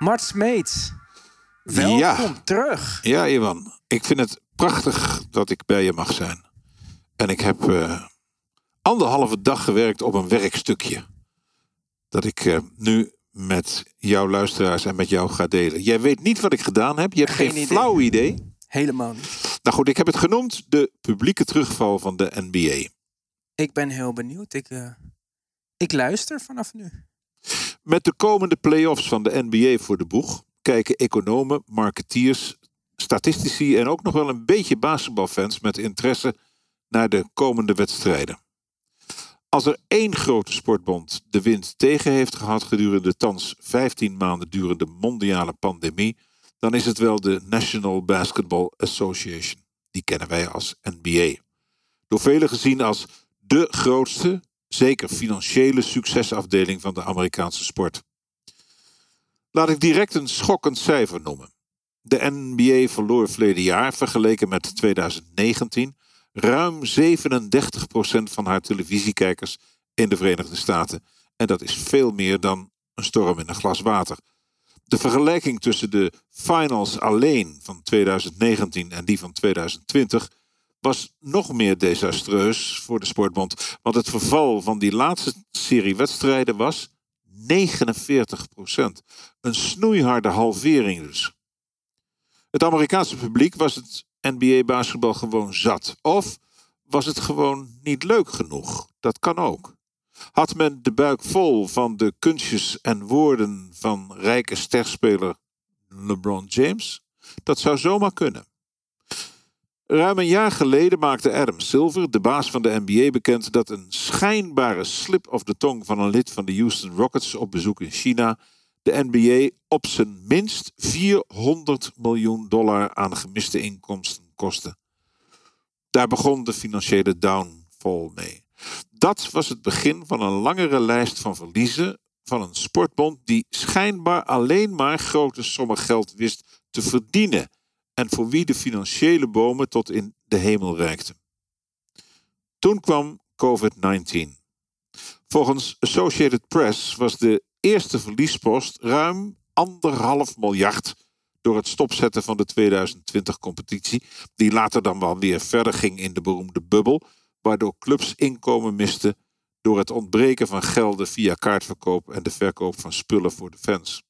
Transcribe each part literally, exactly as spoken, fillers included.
Mart Smeets, welkom ja. terug. Ja, Iwan. Ik vind het prachtig dat ik bij je mag zijn. En ik heb uh, anderhalve dag gewerkt op een werkstukje. Dat ik uh, nu met jouw luisteraars en met jou ga delen. Jij weet niet wat ik gedaan heb. Je hebt geen, geen idee. flauw idee. Helemaal niet. Nou goed, ik heb het genoemd de publieke terugval van de N B A. Ik ben heel benieuwd. Ik, uh, ik luister vanaf nu. Met de komende play-offs van de N B A voor de boeg kijken economen, marketeers, statistici en ook nog wel een beetje basketbalfans met interesse naar de komende wedstrijden. Als er één grote sportbond de wind tegen heeft gehad gedurende de thans vijftien maanden durende mondiale pandemie, dan is het wel de National Basketball Association. Die kennen wij als N B A. Door velen gezien als de grootste, zeker financiële succesafdeling van de Amerikaanse sport. Laat ik direct een schokkend cijfer noemen. De N B A verloor verleden jaar, vergeleken met tweeduizend negentien, ruim zevenendertig procent van haar televisiekijkers in de Verenigde Staten. En dat is veel meer dan een storm in een glas water. De vergelijking tussen de finals alleen van tweeduizend negentien en die van tweeduizend twintig was nog meer desastreus voor de sportbond. Want het verval van die laatste serie wedstrijden was negenenveertig procent. Een snoeiharde halvering dus. Het Amerikaanse publiek was het N B A-basketbal gewoon zat. Of was het gewoon niet leuk genoeg? Dat kan ook. Had men de buik vol van de kunstjes en woorden van rijke sterspeler LeBron James? Dat zou zomaar kunnen. Ruim een jaar geleden maakte Adam Silver, de baas van de N B A, bekend dat een schijnbare slip of de tong van een lid van de Houston Rockets op bezoek in China de N B A op zijn minst vierhonderd miljoen dollar aan gemiste inkomsten kostte. Daar begon de financiële downfall mee. Dat was het begin van een langere lijst van verliezen van een sportbond die schijnbaar alleen maar grote sommen geld wist te verdienen en voor wie de financiële bomen tot in de hemel reikten. Toen kwam covid negentien. Volgens Associated Press was de eerste verliespost ruim anderhalf miljard door het stopzetten van de tweeduizend twintig competitie, die later dan wel weer verder ging in de beroemde bubbel, waardoor clubs inkomen misten door het ontbreken van gelden via kaartverkoop en de verkoop van spullen voor de fans.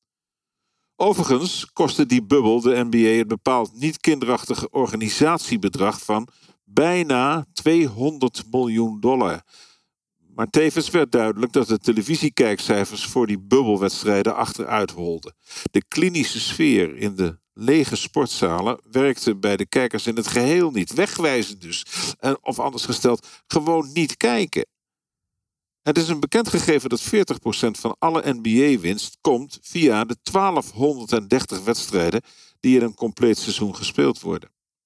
Overigens kostte die bubbel de N B A het bepaald niet kinderachtige organisatiebedrag van bijna tweehonderd miljoen dollar. Maar tevens werd duidelijk dat de televisiekijkcijfers voor die bubbelwedstrijden achteruit holden. De klinische sfeer in de lege sportzalen werkte bij de kijkers in het geheel niet. Wegwijzen dus. Of anders gesteld, gewoon niet kijken. Het is een bekend gegeven dat veertig procent van alle N B A-winst komt via de twaalfhonderddertig wedstrijden die in een compleet seizoen gespeeld worden.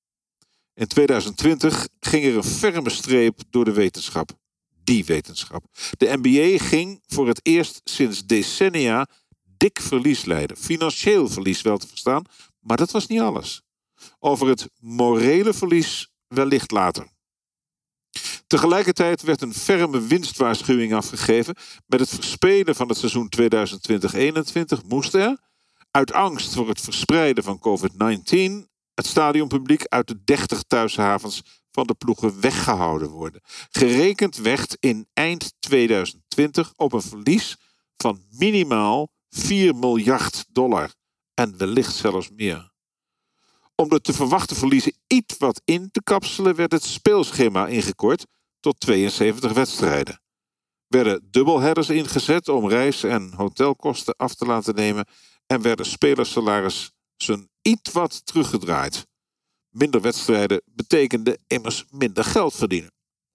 In tweeduizend twintig ging er een ferme streep door de wetenschap. Die wetenschap. De N B A ging voor het eerst sinds decennia dik verlies leiden. Financieel verlies wel te verstaan, maar dat was niet alles. Over het morele verlies wellicht later. Tegelijkertijd werd een ferme winstwaarschuwing afgegeven. Met het verspelen van het seizoen tweeduizend twintig eenentwintig moest er, uit angst voor het verspreiden van covid negentien, het stadionpubliek uit de dertig thuishavens van de ploegen weggehouden worden. Gerekend werd in eind tweeduizend twintig op een verlies van minimaal vier miljard dollar. En wellicht zelfs meer. Om de te verwachten verliezen iets wat in te kapselen werd het speelschema ingekort tot tweeënzeventig wedstrijden. Werden dubbelheaders ingezet om reis- en hotelkosten af te laten nemen en werden spelersalarissen iets wat teruggedraaid. Minder wedstrijden betekende immers minder geld verdienen.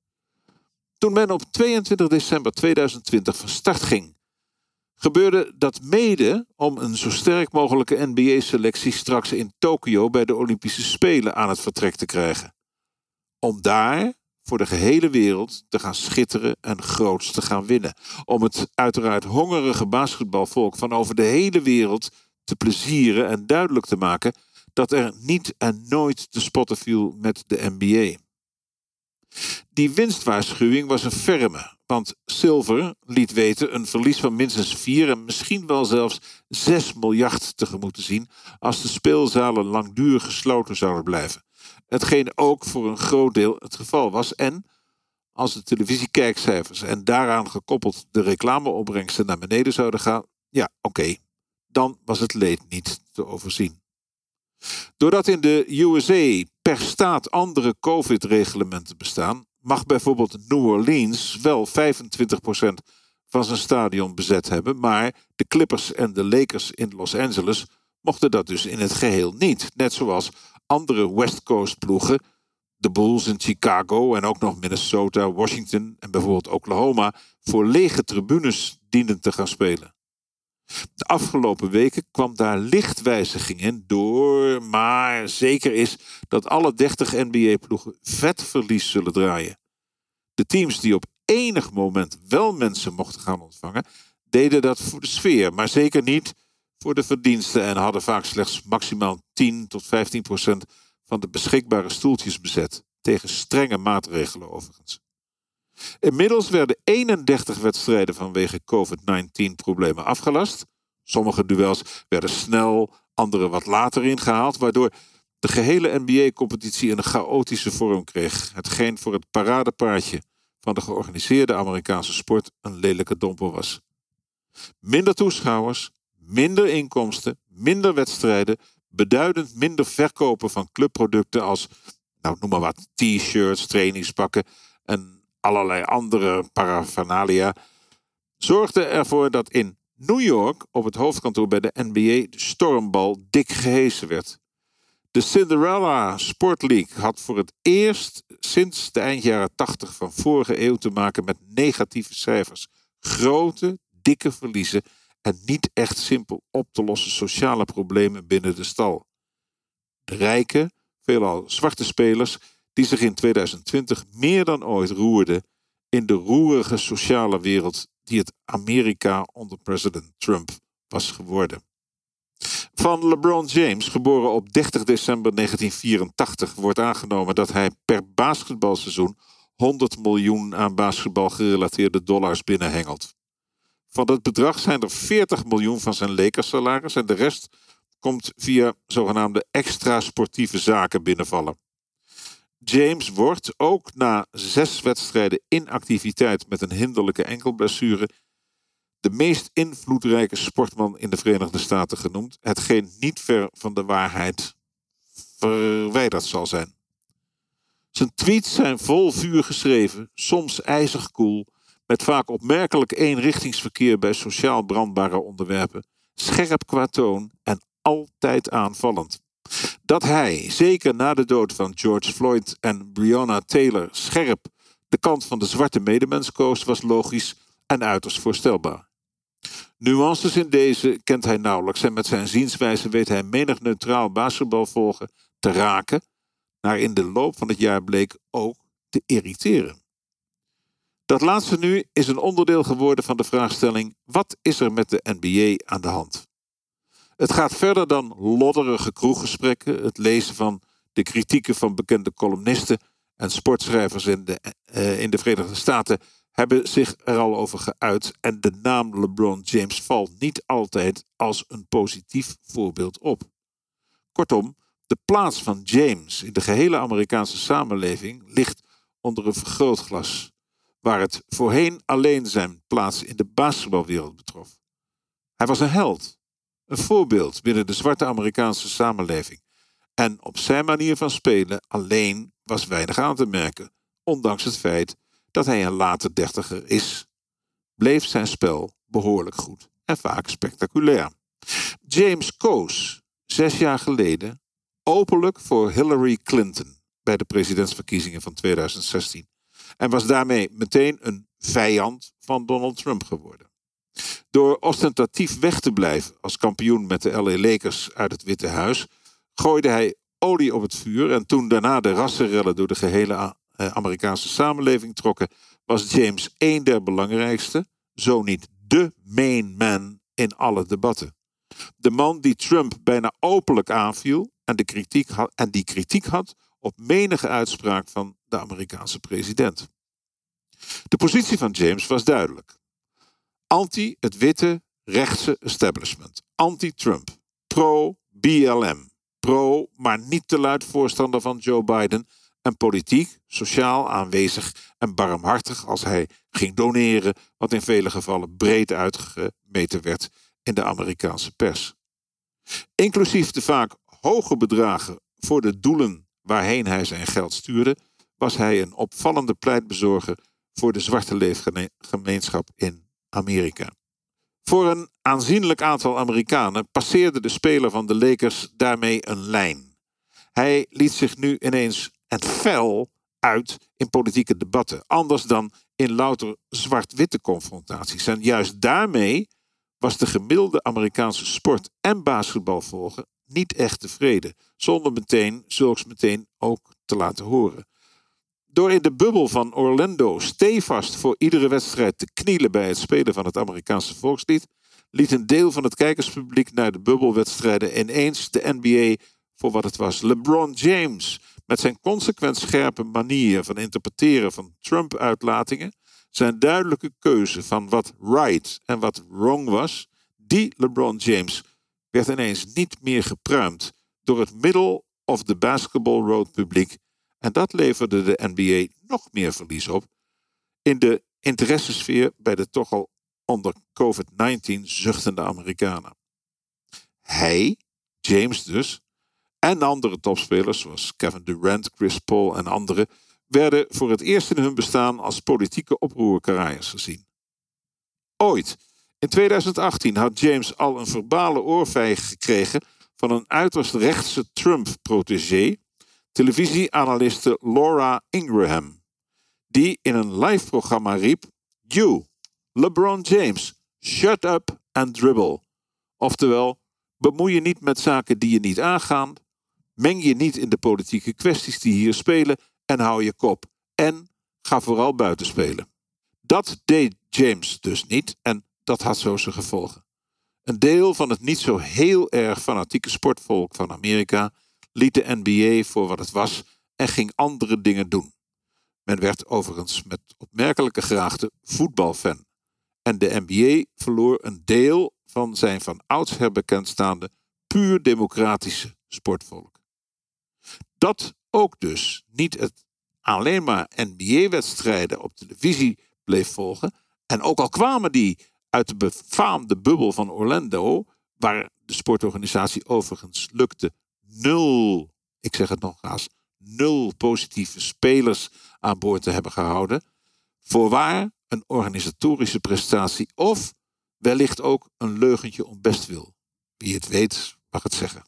Toen men op tweeëntwintig december tweeduizend twintig van start ging, gebeurde dat mede om een zo sterk mogelijke N B A-selectie straks in Tokio bij de Olympische Spelen aan het vertrek te krijgen. Om daar voor de gehele wereld te gaan schitteren en groots te gaan winnen. Om het uiteraard hongerige basketbalvolk van over de hele wereld te plezieren en duidelijk te maken dat er niet en nooit te spotten viel met de N B A. Die winstwaarschuwing was een ferme, Want Silver liet weten een verlies van minstens vier en misschien wel zelfs zes miljard tegemoet te zien als de speelzalen langdurig gesloten zouden blijven. Hetgeen ook voor een groot deel het geval was. En als de televisiekijkcijfers en daaraan gekoppeld de reclameopbrengsten naar beneden zouden gaan, ja, oké, okay, dan was het leed niet te overzien. Doordat in de U S A per staat andere COVID-reglementen bestaan, mag bijvoorbeeld New Orleans wel vijfentwintig procent van zijn stadion bezet hebben, maar de Clippers en de Lakers in Los Angeles mochten dat dus in het geheel niet. Net zoals andere West Coast ploegen, de Bulls in Chicago en ook nog Minnesota, Washington en bijvoorbeeld Oklahoma, voor lege tribunes dienden te gaan spelen. De afgelopen weken kwam daar licht wijziging in door, maar zeker is dat alle dertig N B A-ploegen vet verlies zullen draaien. De teams die op enig moment wel mensen mochten gaan ontvangen, deden dat voor de sfeer, maar zeker niet voor de verdiensten en hadden vaak slechts maximaal tien tot vijftien procent van de beschikbare stoeltjes bezet, tegen strenge maatregelen overigens. Inmiddels werden eenendertig wedstrijden vanwege COVID negentien problemen afgelast. Sommige duels werden snel, andere wat later ingehaald, waardoor de gehele N B A-competitie een chaotische vorm kreeg, hetgeen voor het paradepaardje van de georganiseerde Amerikaanse sport een lelijke domper was. Minder toeschouwers, minder inkomsten, minder wedstrijden, beduidend minder verkopen van clubproducten als, nou noem maar wat, t-shirts, trainingspakken en allerlei andere paraphernalia, zorgde ervoor dat in New York op het hoofdkantoor bij de N B A de stormbal dik gehesen werd. De Cinderella Sport League had voor het eerst sinds de eind jaren tachtig van vorige eeuw te maken met negatieve cijfers, grote, dikke verliezen en niet echt simpel op te lossen sociale problemen binnen de stal. De rijke, veelal zwarte spelers die zich in tweeduizend twintig meer dan ooit roerden in de roerige sociale wereld die het Amerika onder president Trump was geworden. Van LeBron James, geboren op dertig december negentien vierentachtig, wordt aangenomen dat hij per basketbalseizoen honderd miljoen aan basketbalgerelateerde dollars binnenhengelt. Van dat bedrag zijn er veertig miljoen van zijn Lakers-salaris en de rest komt via zogenaamde extra sportieve zaken binnenvallen. James wordt ook na zes wedstrijden inactiviteit met een hinderlijke enkelblessure de meest invloedrijke sportman in de Verenigde Staten genoemd, hetgeen niet ver van de waarheid verwijderd zal zijn. Zijn tweets zijn vol vuur geschreven, soms ijzig koel, met vaak opmerkelijk eenrichtingsverkeer bij sociaal brandbare onderwerpen, scherp qua toon en altijd aanvallend. Dat hij, zeker na de dood van George Floyd en Breonna Taylor, scherp de kant van de zwarte medemens koos, was logisch en uiterst voorstelbaar. Nuances in deze kent hij nauwelijks en met zijn zienswijze weet hij menig neutraal basketbalvolger te raken, maar in de loop van het jaar bleek ook te irriteren. Dat laatste nu is een onderdeel geworden van de vraagstelling: wat is er met de N B A aan de hand? Het gaat verder dan lodderige kroeggesprekken, het lezen van de kritieken van bekende columnisten en sportschrijvers in de, uh, in de Verenigde Staten hebben zich er al over geuit en de naam LeBron James valt niet altijd als een positief voorbeeld op. Kortom, de plaats van James in de gehele Amerikaanse samenleving ligt onder een vergrootglas, waar het voorheen alleen zijn plaats in de basketbalwereld betrof. Hij was een held, een voorbeeld binnen de zwarte Amerikaanse samenleving. En op zijn manier van spelen alleen was weinig aan te merken, ondanks het feit dat hij een late dertiger is, bleef zijn spel behoorlijk goed en vaak spectaculair. James koos zes jaar geleden openlijk voor Hillary Clinton bij de presidentsverkiezingen van tweeduizend zestien en was daarmee meteen een vijand van Donald Trump geworden. Door ostentatief weg te blijven als kampioen met de L A Lakers uit het Witte Huis, gooide hij olie op het vuur en toen daarna de rassenrellen door de gehele Amerikaanse samenleving trokken, was James een der belangrijkste, zo niet de main man in alle debatten. De man die Trump bijna openlijk aanviel en, de kritiek had, en die kritiek had op menige uitspraak van de Amerikaanse president. De positie van James was duidelijk. Anti het witte, rechtse establishment. Anti-Trump. Pro-B L M. Pro, maar niet te luid voorstander van Joe Biden. En politiek, sociaal aanwezig en barmhartig als hij ging doneren, wat in vele gevallen breed uitgemeten werd in de Amerikaanse pers. Inclusief de vaak hoge bedragen voor de doelen waarheen hij zijn geld stuurde, was hij een opvallende pleitbezorger voor de zwarte leefgemeenschap in Amerika. Voor een aanzienlijk aantal Amerikanen passeerde de speler van de Lakers daarmee een lijn. Hij liet zich nu ineens en fel uit in politieke debatten, anders dan in louter zwart-witte confrontaties. En juist daarmee was de gemiddelde Amerikaanse sport- en basketbalvolger niet echt tevreden, zonder meteen zulks meteen ook te laten horen. Door in de bubbel van Orlando stevast voor iedere wedstrijd te knielen bij het spelen van het Amerikaanse volkslied, liet een deel van het kijkerspubliek naar de bubbelwedstrijden ineens de N B A voor wat het was. LeBron James, met zijn consequent scherpe manier van interpreteren van Trump-uitlatingen, zijn duidelijke keuze van wat right en wat wrong was, die LeBron James werd ineens niet meer gepruimd door het middle of the basketball road publiek. En dat leverde de N B A nog meer verlies op in de interessesfeer bij de toch al onder covid negentien zuchtende Amerikanen. Hij, James dus, en andere topspelers zoals Kevin Durant, Chris Paul en anderen werden voor het eerst in hun bestaan als politieke oproerkaraaiers gezien. Ooit, in tweeduizend achttien, had James al een verbale oorvijg gekregen van een uiterst rechtse Trump-protégé, televisieanaliste Laura Ingraham, die in een live-programma riep: "You, LeBron James, shut up and dribble." Oftewel, bemoei je niet met zaken die je niet aangaan, meng je niet in de politieke kwesties die hier spelen en hou je kop. En ga vooral buiten spelen. Dat deed James dus niet en dat had zo zijn gevolgen. Een deel van het niet zo heel erg fanatieke sportvolk van Amerika liet de N B A voor wat het was en ging andere dingen doen. Men werd overigens met opmerkelijke graagte voetbalfan. En de N B A verloor een deel van zijn van oudsher bekendstaande puur democratische sportvolk. Dat ook dus niet het alleen maar N B A-wedstrijden op televisie bleef volgen, en ook al kwamen die uit de befaamde bubbel van Orlando, waar de sportorganisatie overigens lukte nul, ik zeg het nog eens, nul positieve spelers aan boord te hebben gehouden, voorwaar een organisatorische prestatie of wellicht ook een leugentje om bestwil. Wie het weet mag het zeggen.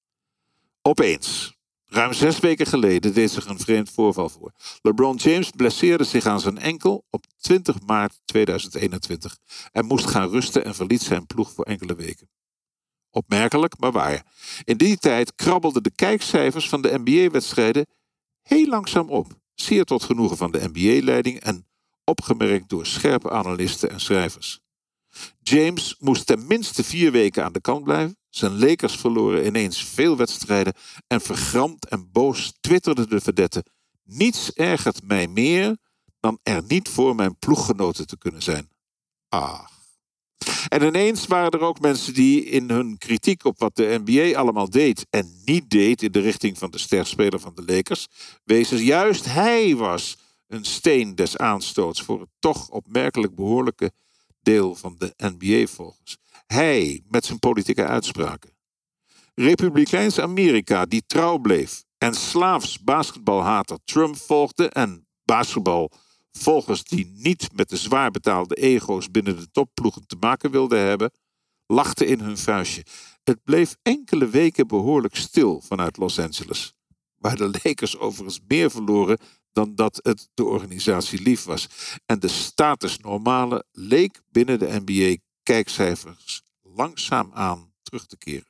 Opeens, ruim zes weken geleden, deed zich een vreemd voorval voor. LeBron James blesseerde zich aan zijn enkel op twintig maart tweeduizend eenentwintig en moest gaan rusten en verliet zijn ploeg voor enkele weken. Opmerkelijk, maar waar. In die tijd krabbelden de kijkcijfers van de N B A-wedstrijden heel langzaam op. Zeer tot genoegen van de N B A-leiding en opgemerkt door scherpe analisten en schrijvers. James moest ten minste vier weken aan de kant blijven. Zijn Lakers verloren ineens veel wedstrijden en vergramd en boos twitterde de vedette: "Niets ergert mij meer dan er niet voor mijn ploeggenoten te kunnen zijn." Ah. En ineens waren er ook mensen die in hun kritiek op wat de N B A allemaal deed en niet deed in de richting van de sterspeler van de Lakers, wezen juist hij was een steen des aanstoots voor het toch opmerkelijk behoorlijke deel van de N B A-volgers. Hij met zijn politieke uitspraken. Republikeins Amerika die trouw bleef en slaafs basketbalhater Trump volgde en basketbalvolgers die niet met de zwaar betaalde ego's binnen de topploegen te maken wilden hebben, lachten in hun vuistje. Het bleef enkele weken behoorlijk stil vanuit Los Angeles, waar de Lakers overigens meer verloren dan dat het de organisatie lief was. En de status normale leek binnen de N B A-kijkcijfers langzaamaan terug te keren.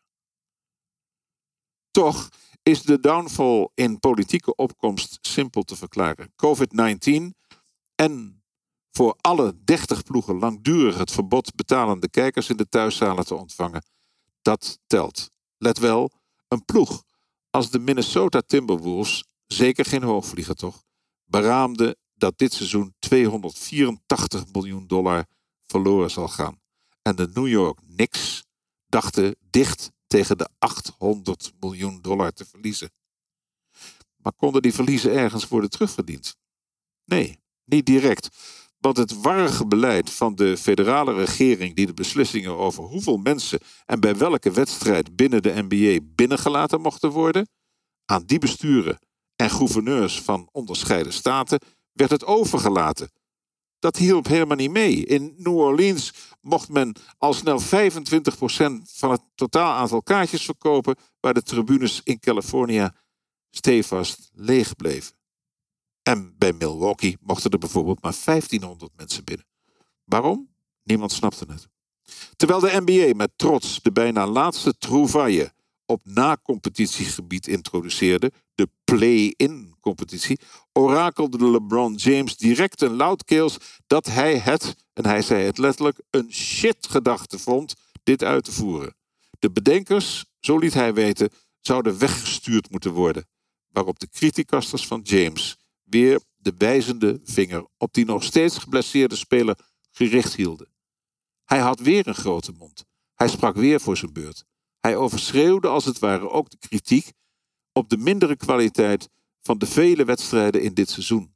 Toch is de downfall in politieke opkomst simpel te verklaren. covid negentien en voor alle dertig ploegen langdurig het verbod betalende kijkers in de thuiszalen te ontvangen, dat telt. Let wel, een ploeg als de Minnesota Timberwolves, zeker geen hoogvlieger toch, beraamde dat dit seizoen tweehonderdvierentachtig miljoen dollar verloren zal gaan. En de New York Knicks dachten dicht tegen de achthonderd miljoen dollar te verliezen. Maar konden die verliezen ergens worden terugverdiend? Nee, niet direct. Want het warrige beleid van de federale regering die de beslissingen over hoeveel mensen en bij welke wedstrijd binnen de N B A binnengelaten mochten worden, aan die besturen en gouverneurs van onderscheiden staten werd het overgelaten. Dat hielp helemaal niet mee. In New Orleans mocht men al snel vijfentwintig procent van het totaal aantal kaartjes verkopen, waar de tribunes in Californië stevast leeg bleven. En bij Milwaukee mochten er bijvoorbeeld maar vijftienhonderd mensen binnen. Waarom? Niemand snapte het. Terwijl de N B A met trots de bijna laatste trouvaille op na-competitiegebied introduceerde, de play-in competitie, orakelde LeBron James direct en luidkeels dat hij het, en hij zei het letterlijk, een shit-gedachte vond dit uit te voeren. De bedenkers, zo liet hij weten, zouden weggestuurd moeten worden, waarop de criticasters van James weer de wijzende vinger op die nog steeds geblesseerde speler gericht hielden. Hij had weer een grote mond. Hij sprak weer voor zijn beurt. Hij overschreeuwde als het ware ook de kritiek op de mindere kwaliteit van de vele wedstrijden in dit seizoen.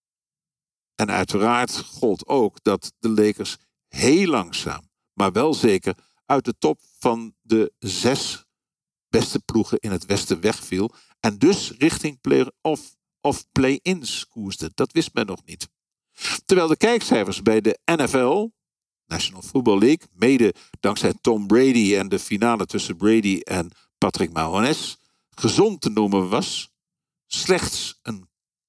En uiteraard gold ook dat de Lakers heel langzaam, maar wel zeker uit de top van de zes beste ploegen in het Westen wegviel en dus richting play-off of play-ins koersde. Dat wist men nog niet. Terwijl de kijkcijfers bij de N F L, National Football League, mede dankzij Tom Brady en de finale tussen Brady en Patrick Mahomes, gezond te noemen was, slechts een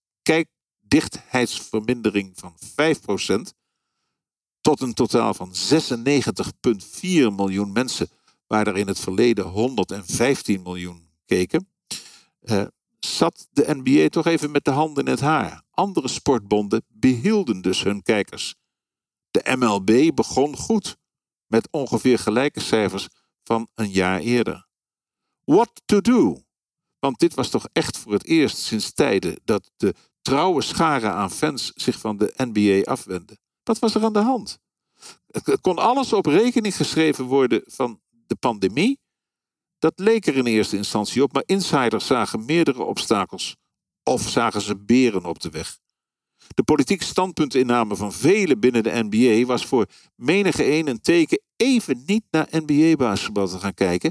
kijkdichtheidsvermindering van vijf procent tot een totaal van zesennegentig komma vier miljoen mensen, waar er in het verleden honderdvijftien miljoen keken, uh, zat de N B A toch even met de handen in het haar. Andere sportbonden behielden dus hun kijkers. De M L B begon goed, met ongeveer gelijke cijfers van een jaar eerder. What to do? Want dit was toch echt voor het eerst sinds tijden dat de trouwe schare aan fans zich van de N B A afwendde. Wat was er aan de hand? Het kon alles op rekening geschreven worden van de pandemie. Dat leek er in eerste instantie op, maar insiders zagen meerdere obstakels. Of zagen ze beren op de weg. De politieke standpuntinname van velen binnen de N B A was voor menige een een teken even niet naar N B A-basketbal te gaan kijken.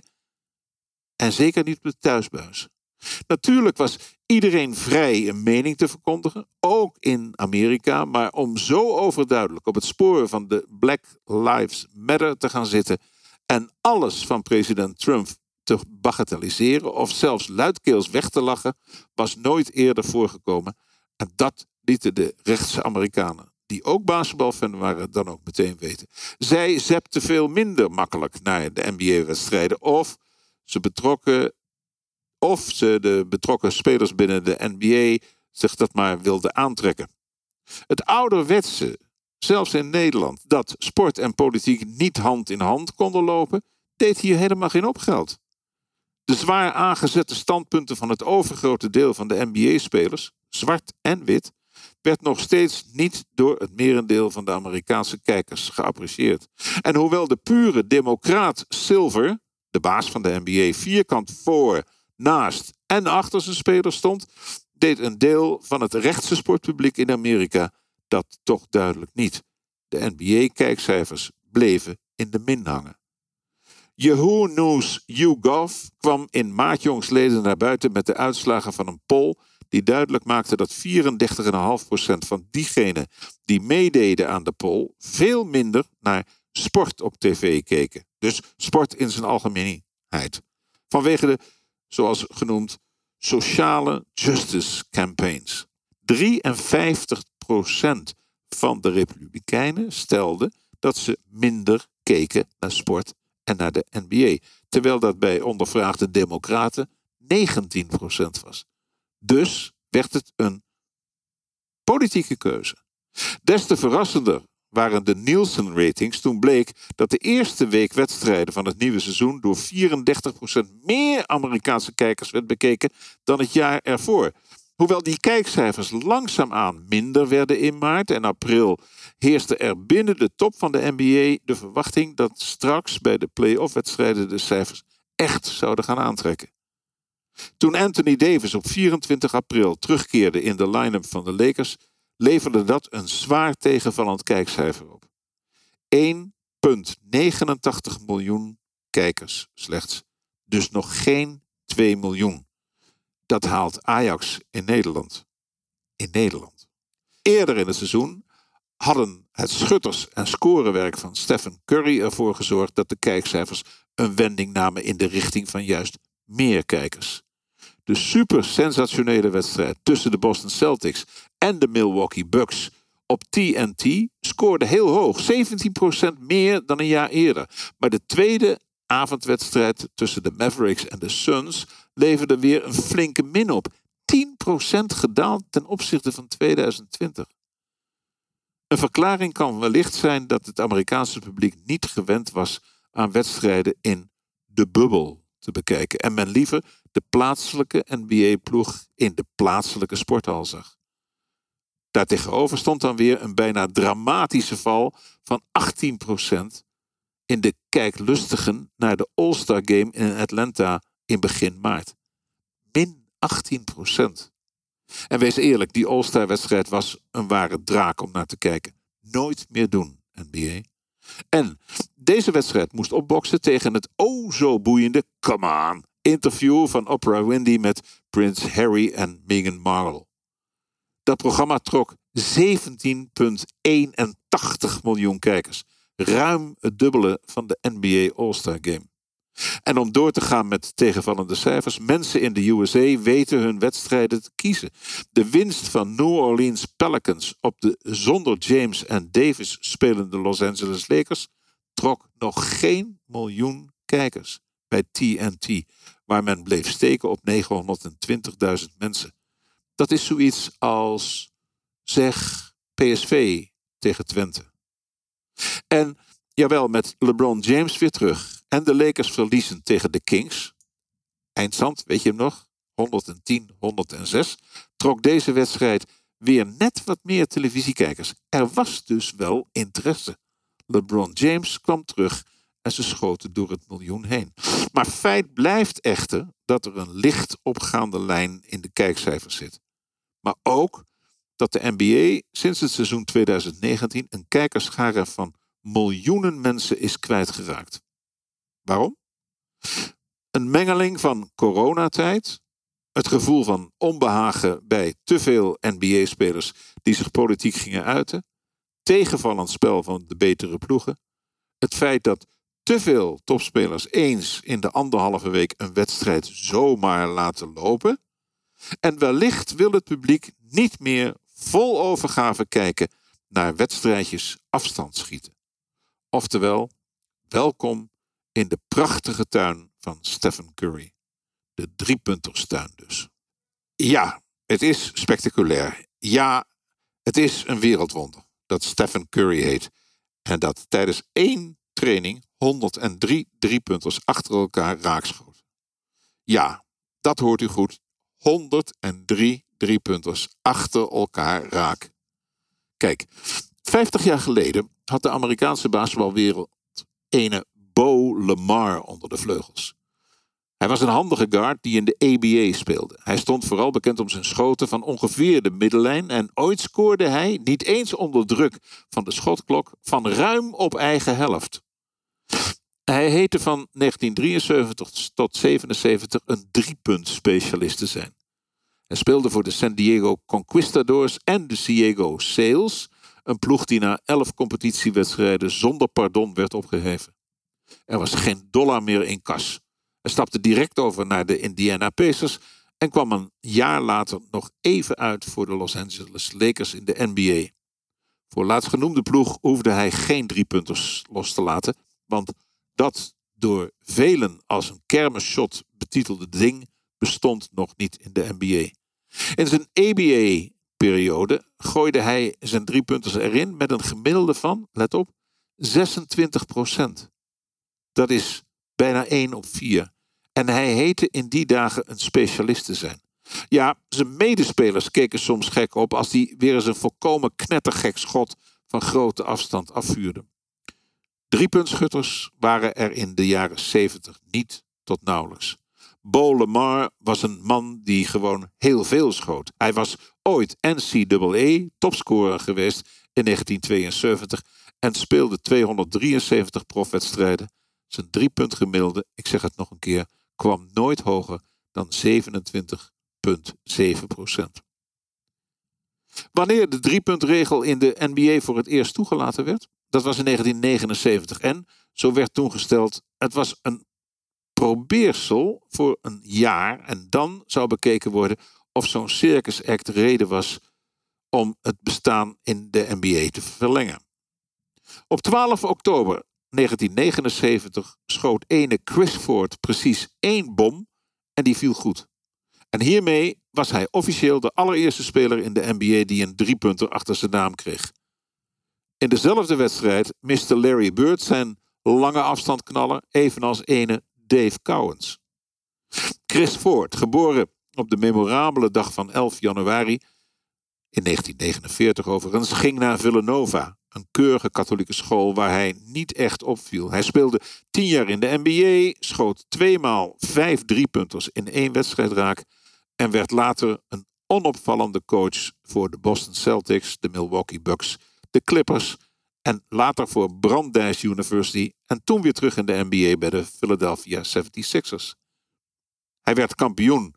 En zeker niet op de thuisbuis. Natuurlijk was iedereen vrij een mening te verkondigen, ook in Amerika, maar om zo overduidelijk op het spoor van de Black Lives Matter te gaan zitten en alles van president Trump te bagatelliseren of zelfs luidkeels weg te lachen, was nooit eerder voorgekomen. En dat lieten de rechtse Amerikanen, die ook basketbalfan waren, dan ook meteen weten. Zij zepten veel minder makkelijk naar de N B A-wedstrijden of ze betrokken of ze de betrokken spelers binnen de N B A zich dat maar wilden aantrekken. Het ouderwetse, zelfs in Nederland, dat sport en politiek niet hand in hand konden lopen, deed hier helemaal geen opgeld. De zwaar aangezette standpunten van het overgrote deel van de N B A-spelers, zwart en wit, werd nog steeds niet door het merendeel van de Amerikaanse kijkers geapprecieerd. En hoewel de pure democraat Silver, de baas van de N B A, vierkant voor, naast en achter zijn spelers stond, deed een deel van het rechtse sportpubliek in Amerika dat toch duidelijk niet. De N B A-kijkcijfers bleven in de min hangen. Yahoo News YouGov kwam in maart jongstleden naar buiten met de uitslagen van een poll die duidelijk maakte dat vierendertig komma vijf procent van diegenen die meededen aan de poll veel minder naar sport op tv keken. Dus sport in zijn algemeenheid. Vanwege de, zoals genoemd, sociale justice campaigns. drieënvijftig procent van de Republikeinen stelde dat ze minder keken naar sport en naar de N B A. Terwijl dat bij ondervraagde democraten negentien procent was. Dus werd het een politieke keuze. Des te verrassender waren de Nielsen-ratings toen bleek dat de eerste week wedstrijden van het nieuwe seizoen door vierendertig procent meer Amerikaanse kijkers werd bekeken dan het jaar ervoor. Hoewel die kijkcijfers langzaamaan minder werden in maart en april, heerste er binnen de top van de N B A de verwachting dat straks bij de play-off-wedstrijden de cijfers echt zouden gaan aantrekken. Toen Anthony Davis op vierentwintig april terugkeerde in de line-up van de Lakers, leverde dat een zwaar tegenvallend kijkcijfer op. één komma negenentachtig miljoen kijkers slechts. Dus nog geen twee miljoen. Dat haalt Ajax in Nederland. In Nederland. Eerder in het seizoen hadden het schutters- en scorewerk van Stephen Curry ervoor gezorgd dat de kijkcijfers een wending namen in de richting van juist meer kijkers. De super sensationele wedstrijd tussen de Boston Celtics en de Milwaukee Bucks op T N T scoorde heel hoog, zeventien procent meer dan een jaar eerder. Maar de tweede avondwedstrijd tussen de Mavericks en de Suns leverde weer een flinke min op. tien procent gedaald ten opzichte van tweeduizend twintig. Een verklaring kan wellicht zijn dat het Amerikaanse publiek niet gewend was aan wedstrijden in de bubbel te bekijken en men liever de plaatselijke N B A-ploeg in de plaatselijke sporthal zag. Daartegenover stond dan weer een bijna dramatische val van achttien procent in de kijklustigen naar de All-Star Game in Atlanta in begin maart. Min achttien procent. En wees eerlijk, die All-Star wedstrijd was een ware draak om naar te kijken. Nooit meer doen, N B A. En deze wedstrijd moest opboksen tegen het o zo boeiende Come On interview van Oprah Winfrey met Prins Harry en Meghan Markle. Dat programma trok zeventien komma eenentachtig miljoen kijkers. Ruim het dubbele van de N B A All-Star Game. En om door te gaan met tegenvallende cijfers, mensen in de U S A weten hun wedstrijden te kiezen. De winst van New Orleans Pelicans op de zonder James en Davis spelende Los Angeles Lakers trok nog geen miljoen kijkers bij T N T, waar men bleef steken op negenhonderdtwintigduizend mensen. Dat is zoiets als, zeg, P S V tegen Twente. En jawel, met LeBron James weer terug en de Lakers verliezen tegen de Kings. Eindstand, weet je hem nog? honderdtien honderdzes. Trok deze wedstrijd weer net wat meer televisiekijkers. Er was dus wel interesse. LeBron James kwam terug en ze schoten door het miljoen heen. Maar feit blijft echter dat er een licht opgaande lijn in de kijkcijfers zit. Maar ook dat de N B A sinds het seizoen tweeduizend negentien een kijkerschare van miljoenen mensen is kwijtgeraakt. Waarom? Een mengeling van coronatijd, het gevoel van onbehagen bij te veel N B A-spelers die zich politiek gingen uiten, tegenvallend spel van de betere ploegen, het feit dat te veel topspelers eens in de anderhalve week een wedstrijd zomaar laten lopen, en wellicht wil het publiek niet meer vol overgave kijken naar wedstrijdjes afstand schieten. Oftewel, welkom in de prachtige tuin van Stephen Curry. De driepunterstuin dus. Ja, het is spectaculair. Ja, het is een wereldwonder dat Stephen Curry heet. En dat tijdens één training honderddrie driepunters achter elkaar raakschoot. Ja, dat hoort u goed. honderddrie driepunters achter elkaar raak. Kijk, vijftig jaar geleden had de Amerikaanse basketbalwereld ene Bo Lamar onder de vleugels. Hij was een handige guard die in de A B A speelde. Hij stond vooral bekend om zijn schoten van ongeveer de middellijn en ooit scoorde hij, niet eens onder druk van de schotklok, van ruim op eigen helft. Hij heette van negentien drieënzeventig tot zevenenzeventig een driepunt-specialist te zijn. Hij speelde voor de San Diego Conquistadors en de Diego Sales, een ploeg die na elf competitiewedstrijden zonder pardon werd opgeheven. Er was geen dollar meer in kas. Hij stapte direct over naar de Indiana Pacers en kwam een jaar later nog even uit voor de Los Angeles Lakers in de N B A. Voor laatstgenoemde ploeg hoefde hij geen driepunters los te laten, want dat door velen als een kermisshot betitelde ding bestond nog niet in de N B A. In zijn A B A-periode gooide hij zijn driepunters erin met een gemiddelde van, let op, zesentwintig procent. Dat is bijna één op vier. En hij heette in die dagen een specialist te zijn. Ja, zijn medespelers keken soms gek op als hij weer eens een volkomen knettergek schot van grote afstand afvuurde. Driepuntschutters waren er in de jaren zeventig niet tot nauwelijks. Bo Lamar was een man die gewoon heel veel schoot. Hij was ooit N C double A topscorer geweest in negentien tweeënzeventig en speelde tweehonderddrieënzeventig profwedstrijden. Zijn driepuntgemiddelde, ik zeg het nog een keer, kwam nooit hoger dan zevenentwintig komma zeven procent. Wanneer de driepuntregel in de N B A voor het eerst toegelaten werd, dat was in negentien negenenzeventig en, zo werd toen gesteld, het was een probeersel voor een jaar en dan zou bekeken worden of zo'n circus act reden was om het bestaan in de N B A te verlengen. Op twaalf oktober negentien negenenzeventig schoot ene Chris Ford precies één bom en die viel goed. En hiermee was hij officieel de allereerste speler in de N B A die een driepunter achter zijn naam kreeg. In dezelfde wedstrijd miste Larry Bird zijn lange afstandknaller, evenals ene Dave Cowens. Chris Ford, geboren op de memorabele dag van elf januari in negentien negenenveertig overigens, ging naar Villanova, een keurige katholieke school waar hij niet echt opviel. Hij speelde tien jaar in de N B A, schoot tweemaal vijf driepunters in één wedstrijd raak en werd later een onopvallende coach voor de Boston Celtics, de Milwaukee Bucks, de Clippers en later voor Brandeis University en toen weer terug in de N B A bij de Philadelphia zevenenzeventigers. Hij werd kampioen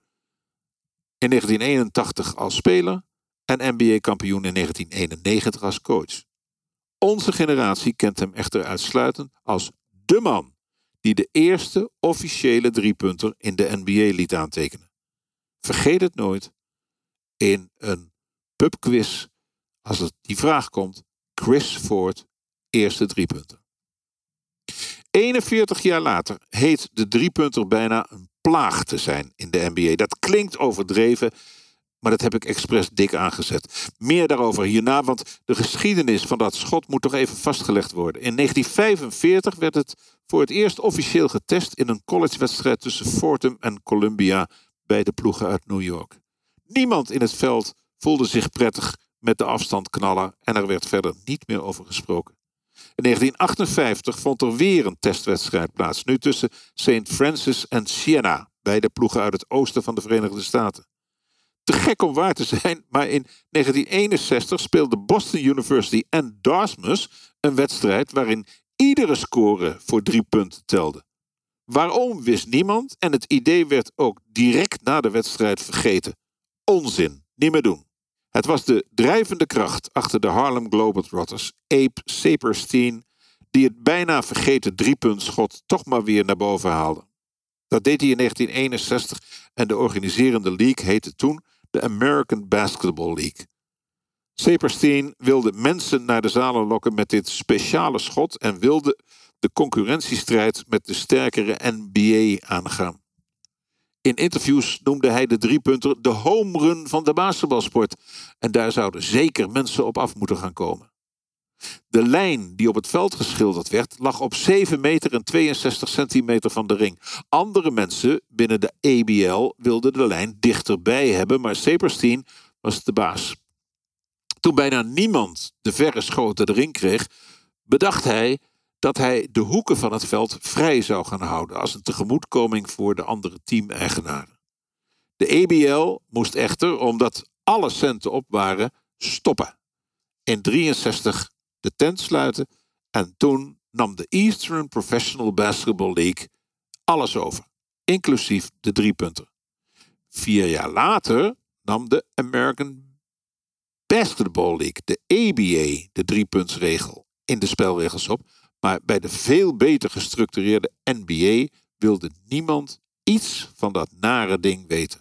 in negentien eenentachtig als speler en N B A-kampioen in negentien eenennegentig als coach. Onze generatie kent hem echter uitsluitend als de man die de eerste officiële driepunter in de N B A liet aantekenen. Vergeet het nooit, in een pubquiz, als het die vraag komt, Chris Ford, eerste driepunter. eenenveertig jaar later heet de driepunter bijna een plaag te zijn in de N B A. Dat klinkt overdreven, maar dat heb ik expres dik aangezet. Meer daarover hierna, want de geschiedenis van dat schot moet toch even vastgelegd worden. In negentien vijfenveertig werd het voor het eerst officieel getest in een collegewedstrijd tussen Fordham en Columbia bij de ploegen uit New York. Niemand in het veld voelde zich prettig met de afstandknaller en er werd verder niet meer over gesproken. In negentien achtenvijftig vond er weer een testwedstrijd plaats, nu tussen Saint Francis en Siena, beide ploegen uit het oosten van de Verenigde Staten. Te gek om waar te zijn, maar in negentien eenenzestig speelde Boston University en Dartmouth een wedstrijd waarin iedere score voor drie punten telde. Waarom wist niemand en het idee werd ook direct na de wedstrijd vergeten. Onzin, niet meer doen. Het was de drijvende kracht achter de Harlem Globetrotters, Abe Saperstein, die het bijna vergeten driepuntschot toch maar weer naar boven haalde. Dat deed hij in negentien eenenzestig en de organiserende league heette toen de American Basketball League. Saperstein wilde mensen naar de zalen lokken met dit speciale schot en wilde de concurrentiestrijd met de sterkere N B A aangaan. In interviews noemde hij de driepunter de home run van de basketbalsport en daar zouden zeker mensen op af moeten gaan komen. De lijn die op het veld geschilderd werd lag op zeven meter en tweeënzestig centimeter van de ring. Andere mensen binnen de A B L wilden de lijn dichterbij hebben, maar Saperstein was de baas. Toen bijna niemand de verre schoten erin kreeg, bedacht hij dat hij de hoeken van het veld vrij zou gaan houden als een tegemoetkoming voor de andere teameigenaren. De A B L moest echter, omdat alle centen op waren, stoppen. In drieënzestig de tent sluiten en toen nam de Eastern Professional Basketball League alles over, inclusief de driepunter. Vier jaar later nam de American Basketball League, de A B A, de driepuntsregel in de spelregels op, maar bij de veel beter gestructureerde N B A wilde niemand iets van dat nare ding weten.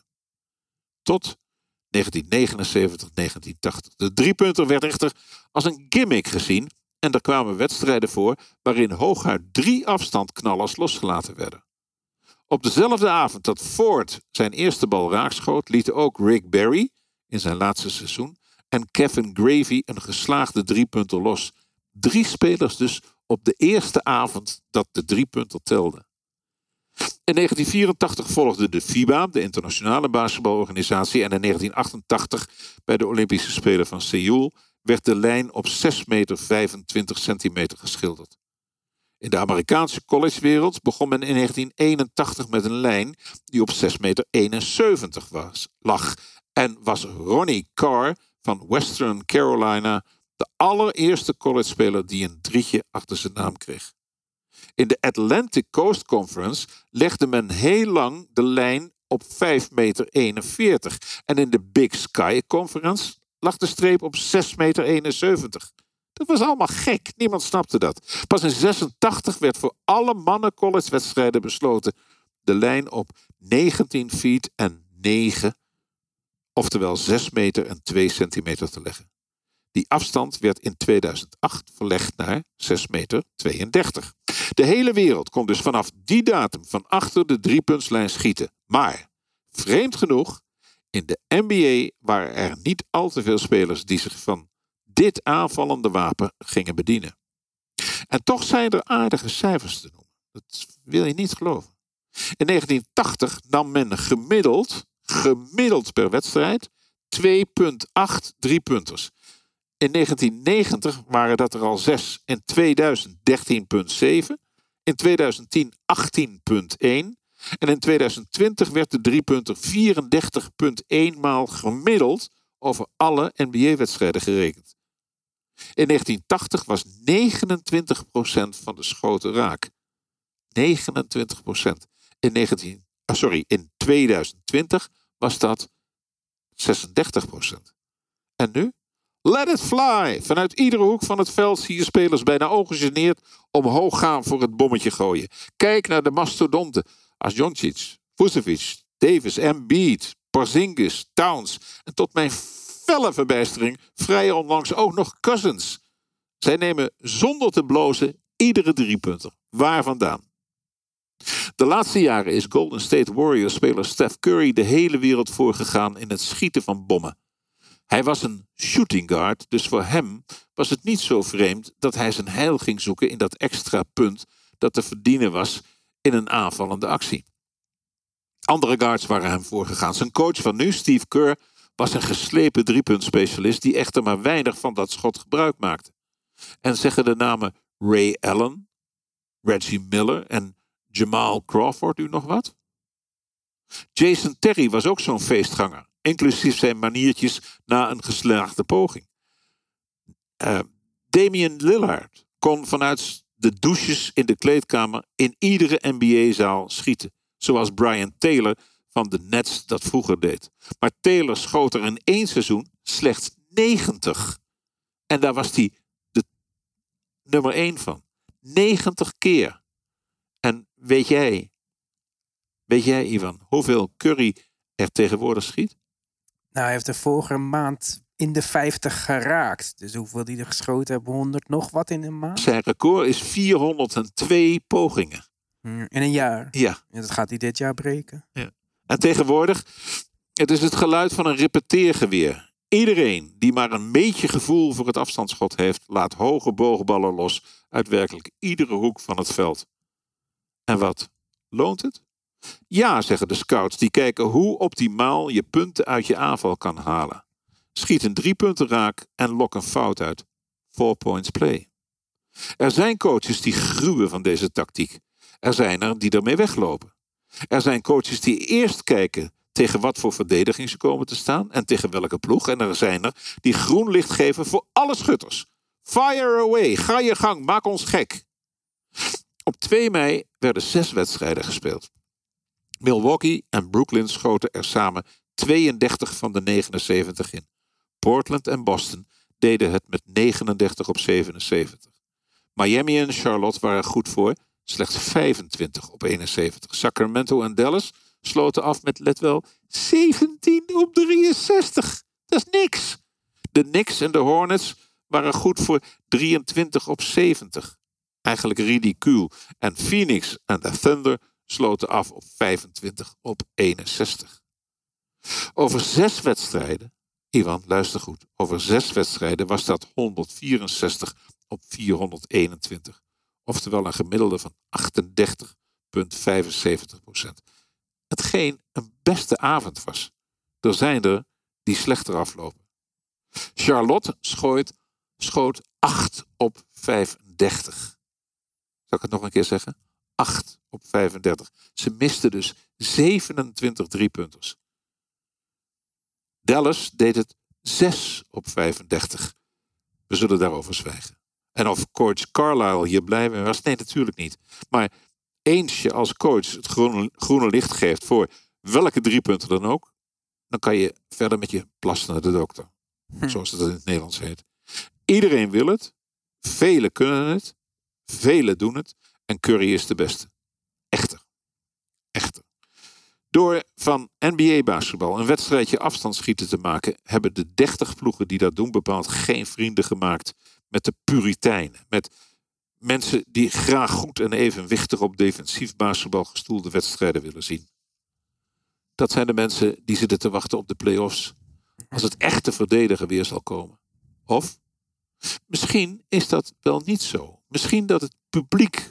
Tot negentien negenenzeventig negentien tachtig. De driepunter werd echter als een gimmick gezien en er kwamen wedstrijden voor waarin hooguit drie afstandknallers losgelaten werden. Op dezelfde avond dat Ford zijn eerste bal raakschoot, lieten ook Rick Barry in zijn laatste seizoen en Kevin Gravy een geslaagde driepunter los. Drie spelers dus op de eerste avond dat de driepunter telde. In negentien vierentachtig volgde de FIBA, de internationale basketbalorganisatie. En in negentien achtentachtig, bij de Olympische Spelen van Seoul, werd de lijn op zes meter vijfentwintig centimeter geschilderd. In de Amerikaanse collegewereld begon men in negentien eenentachtig met een lijn die op zes meter eenenzeventig was, lag. En was Ronnie Carr van Western Carolina de allereerste collegespeler die een drietje achter zijn naam kreeg. In de Atlantic Coast Conference legde men heel lang de lijn op vijf meter eenenveertig. En in de Big Sky Conference lag de streep op zes meter eenenzeventig. Dat was allemaal gek, niemand snapte dat. Pas in zesentachtig werd voor alle mannen collegewedstrijden besloten de lijn op negentien feet en negen, oftewel zes meter en twee centimeter te leggen. Die afstand werd in tweeduizend acht verlegd naar zes meter tweeëndertig. De hele wereld kon dus vanaf die datum van achter de driepuntslijn schieten. Maar, vreemd genoeg, in de N B A waren er niet al te veel spelers die zich van dit aanvallende wapen gingen bedienen. En toch zijn er aardige cijfers te noemen. Dat wil je niet geloven. In negentien tachtig nam men gemiddeld, gemiddeld per wedstrijd, twee komma acht driepunters. In negentien negentig waren dat er al zes. In tweeduizend dertien komma zeven. In tweeduizend tien achttien komma één. En in tweeduizend twintig werd de driepunter vierendertig komma één maal gemiddeld over alle N B A-wedstrijden gerekend. In negentien tachtig was negenentwintig procent van de schoten raak. negenentwintig procent. In, negentien, ah, sorry, in tweeduizend twintig was dat zesendertig procent. En nu? Let it fly! Vanuit iedere hoek van het veld zie je spelers bijna ongegeneerd omhoog gaan voor het bommetje gooien. Kijk naar de mastodonten als Doncic, Vucevic, Davis, Embiid, Porzingis, Towns en tot mijn felle verbijstering vrij onlangs ook nog Cousins. Zij nemen zonder te blozen iedere driepunter. Waar vandaan? De laatste jaren is Golden State Warriors-speler Steph Curry de hele wereld voorgegaan in het schieten van bommen. Hij was een shooting guard, dus voor hem was het niet zo vreemd dat hij zijn heil ging zoeken in dat extra punt dat te verdienen was in een aanvallende actie. Andere guards waren hem voorgegaan. Zijn coach van nu, Steve Kerr, was een geslepen driepuntspecialist die echter maar weinig van dat schot gebruik maakte. En zeggen de namen Ray Allen, Reggie Miller en Jamal Crawford u nog wat? Jason Terry was ook zo'n feestganger, inclusief zijn maniertjes na een geslaagde poging. Uh, Damian Lillard kon vanuit de douches in de kleedkamer in iedere N B A-zaal schieten, zoals Brian Taylor van de Nets dat vroeger deed. Maar Taylor schoot er in één seizoen slechts negentig. En daar was hij de nummer één van. negentig keer. En weet jij, weet jij Ivan, hoeveel Curry er tegenwoordig schiet? Nou, hij heeft de vorige maand in de vijftig geraakt. Dus hoeveel die er geschoten hebben, honderd nog wat in een maand? Zijn record is vierhonderdtwee pogingen. In een jaar? Ja. En dat gaat hij dit jaar breken. Ja. En tegenwoordig, het is het geluid van een repeteergeweer. Iedereen die maar een beetje gevoel voor het afstandsschot heeft, laat hoge boogballen los uit werkelijk iedere hoek van het veld. En wat? Loont het? Ja, zeggen de scouts, die kijken hoe optimaal je punten uit je aanval kan halen. Schiet een driepunten raak en lok een fout uit. Four points play. Er zijn coaches die gruwen van deze tactiek. Er zijn er die ermee weglopen. Er zijn coaches die eerst kijken tegen wat voor verdediging ze komen te staan en tegen welke ploeg. En er zijn er die groen licht geven voor alle schutters. Fire away, ga je gang, maak ons gek. Op twee mei werden zes wedstrijden gespeeld. Milwaukee en Brooklyn schoten er samen tweeëndertig van de negenenzeventig in. Portland en Boston deden het met negenendertig op zevenenzeventig. Miami en Charlotte waren goed voor, slechts vijfentwintig op eenenzeventig. Sacramento en Dallas sloten af met, let wel, zeventien op drieënzestig. Dat is niks. De Knicks en de Hornets waren goed voor drieëntwintig op zeventig. Eigenlijk ridicuul. En Phoenix en de Thunder sloten af op vijfentwintig op eenenzestig. Over zes wedstrijden, Ivan, luister goed. Over zes wedstrijden was dat honderdvierenzestig op vierhonderdeenentwintig. Oftewel een gemiddelde van achtendertig komma vijfenzeventig procent. Hetgeen een beste avond was. Er zijn er die slechter aflopen. Charlotte schoot, schoot acht op vijfendertig. Zal ik het nog een keer zeggen? acht op vijfendertig. Ze miste dus zevenentwintig driepunters. Dallas deed het zes op vijfendertig. We zullen daarover zwijgen. En of coach Carlisle hier blij mee was? Nee, natuurlijk niet. Maar eens je als coach het groene, groene licht geeft voor welke drie punten dan ook, dan kan je verder met je plas naar de dokter. Hm. Zoals het in het Nederlands heet. Iedereen wil het. Velen kunnen het. Velen doen het. En Curry is de beste. Echter. Echter. Door van N B A-basketbal een wedstrijdje afstandsschieten te maken, hebben de dertig ploegen die dat doen bepaald geen vrienden gemaakt met de Puritijnen. Met mensen die graag goed en evenwichtig op defensief basketbal gestoelde wedstrijden willen zien. Dat zijn de mensen die zitten te wachten op de play-offs. Als het echte verdedigen weer zal komen. Of misschien is dat wel niet zo. Misschien dat het publiek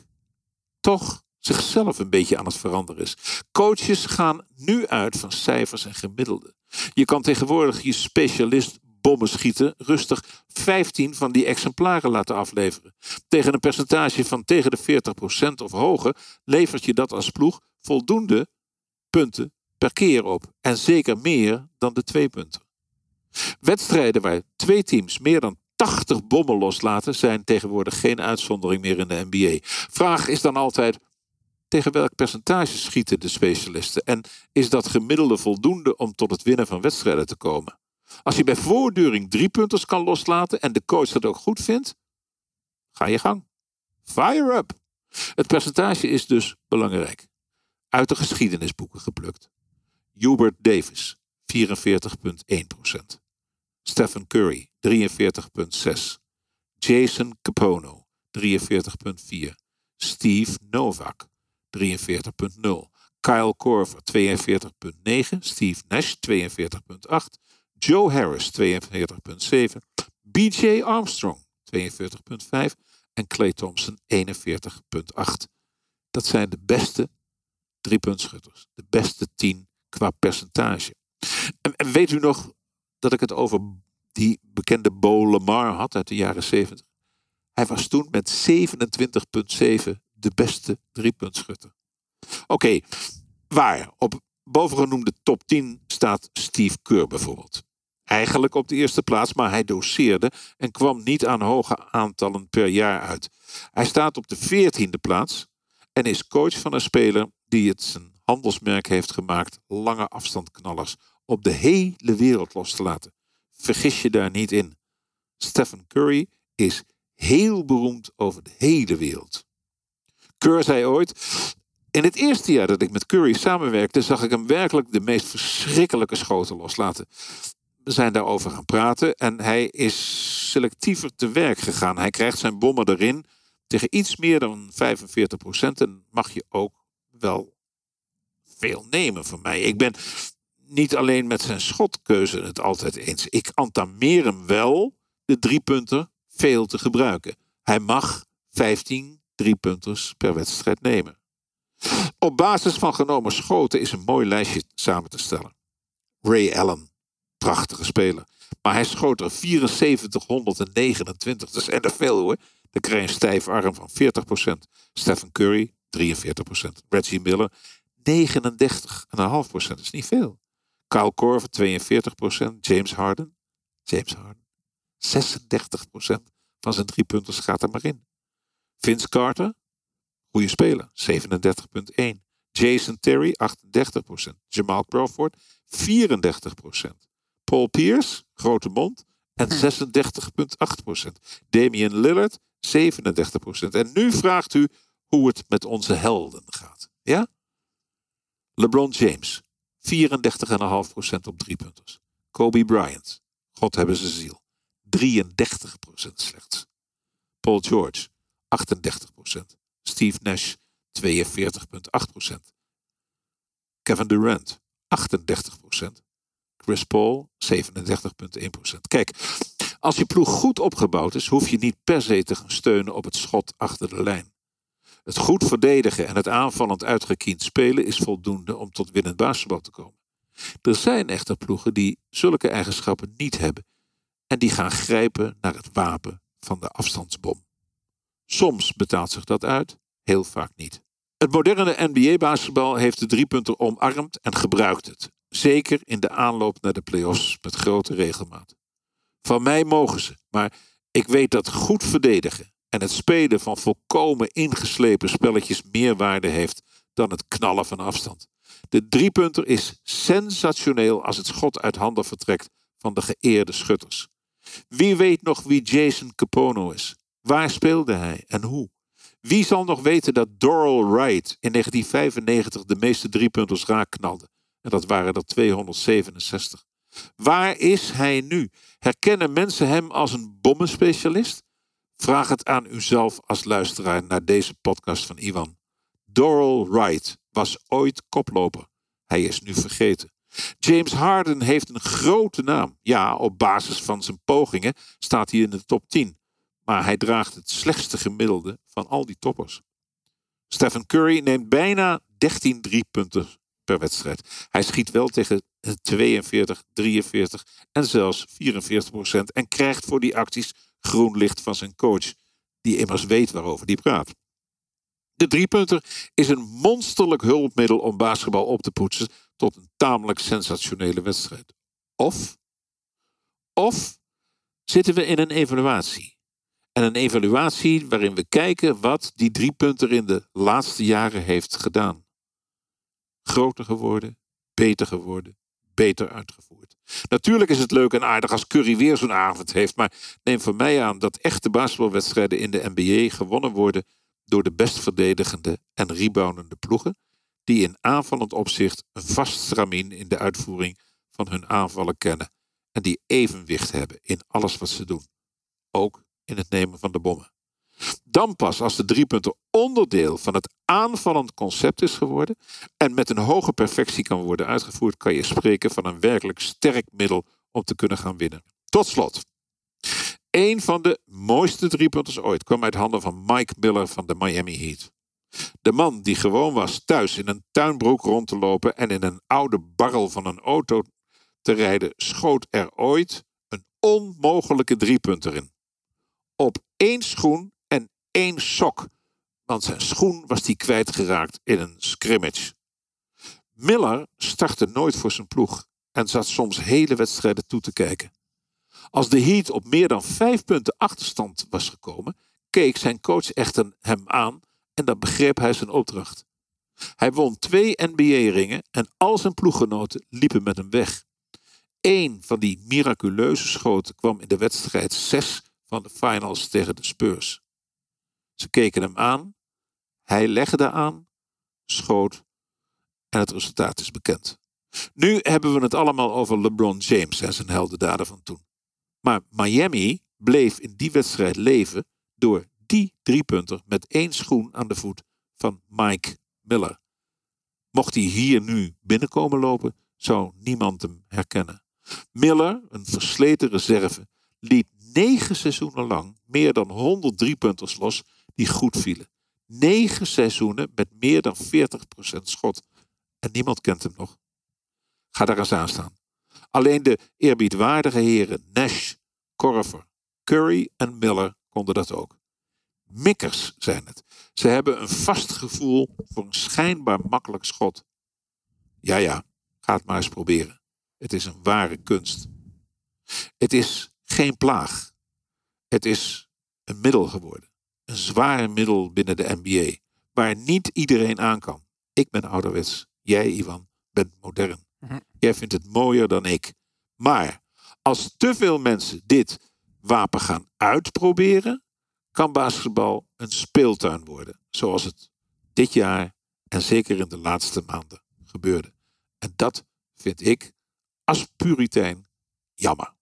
toch zichzelf een beetje aan het veranderen is. Coaches gaan nu uit van cijfers en gemiddelden. Je kan tegenwoordig je specialist bommen schieten rustig vijftien van die exemplaren laten afleveren. Tegen een percentage van tegen de veertig procent of hoger levert je dat als ploeg voldoende punten per keer op. En zeker meer dan de twee punten. Wedstrijden waar twee teams meer dan tachtig bommen loslaten zijn tegenwoordig geen uitzondering meer in de N B A. Vraag is dan altijd, tegen welk percentage schieten de specialisten? En is dat gemiddelde voldoende om tot het winnen van wedstrijden te komen? Als je bij voortduring drie punters kan loslaten en de coach dat ook goed vindt, ga je gang. Fire up! Het percentage is dus belangrijk. Uit de geschiedenisboeken geplukt. Hubert Davis, vierenveertig komma één procent. Stephen Curry, drieënveertig komma zes. Jason Capono, drieënveertig komma vier. Steve Novak, drieënveertig komma nul. Kyle Korver, tweeënveertig komma negen. Steve Nash, tweeënveertig komma acht. Joe Harris, tweeënveertig komma zeven. B J Armstrong, tweeënveertig komma vijf. En Klay Thompson, eenenveertig komma acht. Dat zijn de beste driepuntschutters. De beste tien qua percentage. En, en weet u nog dat ik het over die bekende Bo Lamar had uit de jaren zeventig? Hij was toen met zevenentwintig komma zeven de beste driepuntschutter. Oké, okay, waar? Op bovengenoemde top tien staat Steve Kerr bijvoorbeeld. Eigenlijk op de eerste plaats, maar hij doseerde en kwam niet aan hoge aantallen per jaar uit. Hij staat op de veertiende plaats en is coach van een speler die het zijn handelsmerk heeft gemaakt lange afstandknallers op de hele wereld los te laten. Vergis je daar niet in. Stephen Curry is heel beroemd over de hele wereld. Kerr zei ooit, in het eerste jaar dat ik met Curry samenwerkte, zag ik hem werkelijk de meest verschrikkelijke schoten loslaten. We zijn daarover gaan praten en hij is selectiever te werk gegaan. Hij krijgt zijn bommen erin tegen iets meer dan vijfenveertig procent en mag je ook wel veel nemen van mij. Ik ben niet alleen met zijn schotkeuze het altijd eens. Ik entameer hem wel de driepunter veel te gebruiken. Hij mag vijftien driepunters per wedstrijd nemen. Op basis van genomen schoten is een mooi lijstje samen te stellen. Ray Allen, prachtige speler. Maar hij schoot er vierenzeventig honderdnegenentwintig. Dat is erg veel hoor. Dan krijg je een stijve arm van veertig procent. Stephen Curry, drieënveertig procent. Reggie Miller, negenendertig komma vijf procent. Dat is niet veel. Kyle Korver, tweeënveertig procent. James Harden, James Harden, zesendertig procent van zijn driepunters gaat er maar in. Vince Carter, goede speler, zevenendertig komma één. Jason Terry, achtendertig procent. Jamal Crawford, vierendertig procent. Paul Pierce, grote mond, en zesendertig komma acht procent. Damian Lillard, zevenendertig procent. En nu vraagt u hoe het met onze helden gaat. Ja? LeBron James, vierendertig komma vijf procent op driepunters. Kobe Bryant, God hebben ze ziel, drieëndertig procent slechts. Paul George, achtendertig procent. Steve Nash, tweeënveertig komma acht procent. Kevin Durant, achtendertig procent. Chris Paul, zevenendertig komma één procent. Kijk, als je ploeg goed opgebouwd is, hoef je niet per se te gaan steunen op het schot achter de lijn. Het goed verdedigen en het aanvallend uitgekiend spelen is voldoende om tot winnend basketbal te komen. Er zijn echter ploegen die zulke eigenschappen niet hebben en die gaan grijpen naar het wapen van de afstandsbom. Soms betaalt zich dat uit, heel vaak niet. Het moderne N B A-basketbal heeft de driepunter omarmd en gebruikt het. Zeker in de aanloop naar de play-offs met grote regelmaat. Van mij mogen ze, maar ik weet dat goed verdedigen en het spelen van volkomen ingeslepen spelletjes meer waarde heeft dan het knallen van afstand. De driepunter is sensationeel als het schot uit handen vertrekt van de geëerde schutters. Wie weet nog wie Jason Kapono is? Waar speelde hij en hoe? Wie zal nog weten dat Doral Wright in negentien vijfennegentig de meeste driepunters raakknalde? En dat waren er tweehonderdzevenenzestig. Waar is hij nu? Herkennen mensen hem als een bommenspecialist? Vraag het aan uzelf als luisteraar naar deze podcast van Iwan. Doral Wright was ooit koploper. Hij is nu vergeten. James Harden heeft een grote naam. Ja, op basis van zijn pogingen staat hij in de top tien. Maar hij draagt het slechtste gemiddelde van al die toppers. Stephen Curry neemt bijna dertien driepunten per wedstrijd. Hij schiet wel tegen tweeënveertig, drieënveertig en zelfs vierenveertig procent en krijgt voor die acties groen licht van zijn coach, die immers weet waarover die praat. De driepunter is een monsterlijk hulpmiddel om basketbal op te poetsen tot een tamelijk sensationele wedstrijd. Of, of zitten we in een evaluatie. En een evaluatie waarin we kijken wat die driepunter in de laatste jaren heeft gedaan. Groter geworden, beter geworden, beter uitgevoerd. Natuurlijk is het leuk en aardig als Curry weer zo'n avond heeft, maar neem van mij aan dat echte basketbalwedstrijden in de N B A gewonnen worden door de best verdedigende en reboundende ploegen, die in aanvallend opzicht een vast stramien in de uitvoering van hun aanvallen kennen en die evenwicht hebben in alles wat ze doen. Ook in het nemen van de bommen. Dan pas als de driepunter onderdeel van het aanvallend concept is geworden en met een hoge perfectie kan worden uitgevoerd, kan je spreken van een werkelijk sterk middel om te kunnen gaan winnen. Tot slot. Een van de mooiste driepunters ooit kwam uit handen van Mike Miller van de Miami Heat. De man die gewoon was thuis in een tuinbroek rond te lopen en in een oude barrel van een auto te rijden, schoot er ooit een onmogelijke driepunter in. Op één schoen en één sok, want zijn schoen was hij kwijtgeraakt in een scrimmage. Miller startte nooit voor zijn ploeg en zat soms hele wedstrijden toe te kijken. Als de Heat op meer dan vijf punten achterstand was gekomen, keek zijn coach echter hem aan en dan begreep hij zijn opdracht. Hij won twee N B A-ringen en al zijn ploeggenoten liepen met hem weg. Eén van die miraculeuze schoten kwam in de wedstrijd zes van de finals tegen de Spurs. Ze keken hem aan, hij legde aan, schoot en het resultaat is bekend. Nu hebben we het allemaal over LeBron James en zijn heldendaden van toen. Maar Miami bleef in die wedstrijd leven door die driepunter met één schoen aan de voet van Mike Miller. Mocht hij hier nu binnenkomen lopen, zou niemand hem herkennen. Miller, een versleten reserve, liet negen seizoenen lang meer dan honderd driepunters los die goed vielen. Negen seizoenen met meer dan veertig procent schot. En niemand kent hem nog. Ga daar eens aan staan. Alleen de eerbiedwaardige heren Nash, Korver, Curry en Miller konden dat ook. Mikkers zijn het. Ze hebben een vast gevoel voor een schijnbaar makkelijk schot. Ja, ja, ga het maar eens proberen. Het is een ware kunst. Het is geen plaag. Het is een middel geworden. Een zwaar middel binnen de N B A. Waar niet iedereen aan kan. Ik ben ouderwets. Jij, Iwan, bent modern. Jij vindt het mooier dan ik. Maar als te veel mensen dit wapen gaan uitproberen, kan basketbal een speeltuin worden. Zoals het dit jaar en zeker in de laatste maanden gebeurde. En dat vind ik als Puritein jammer.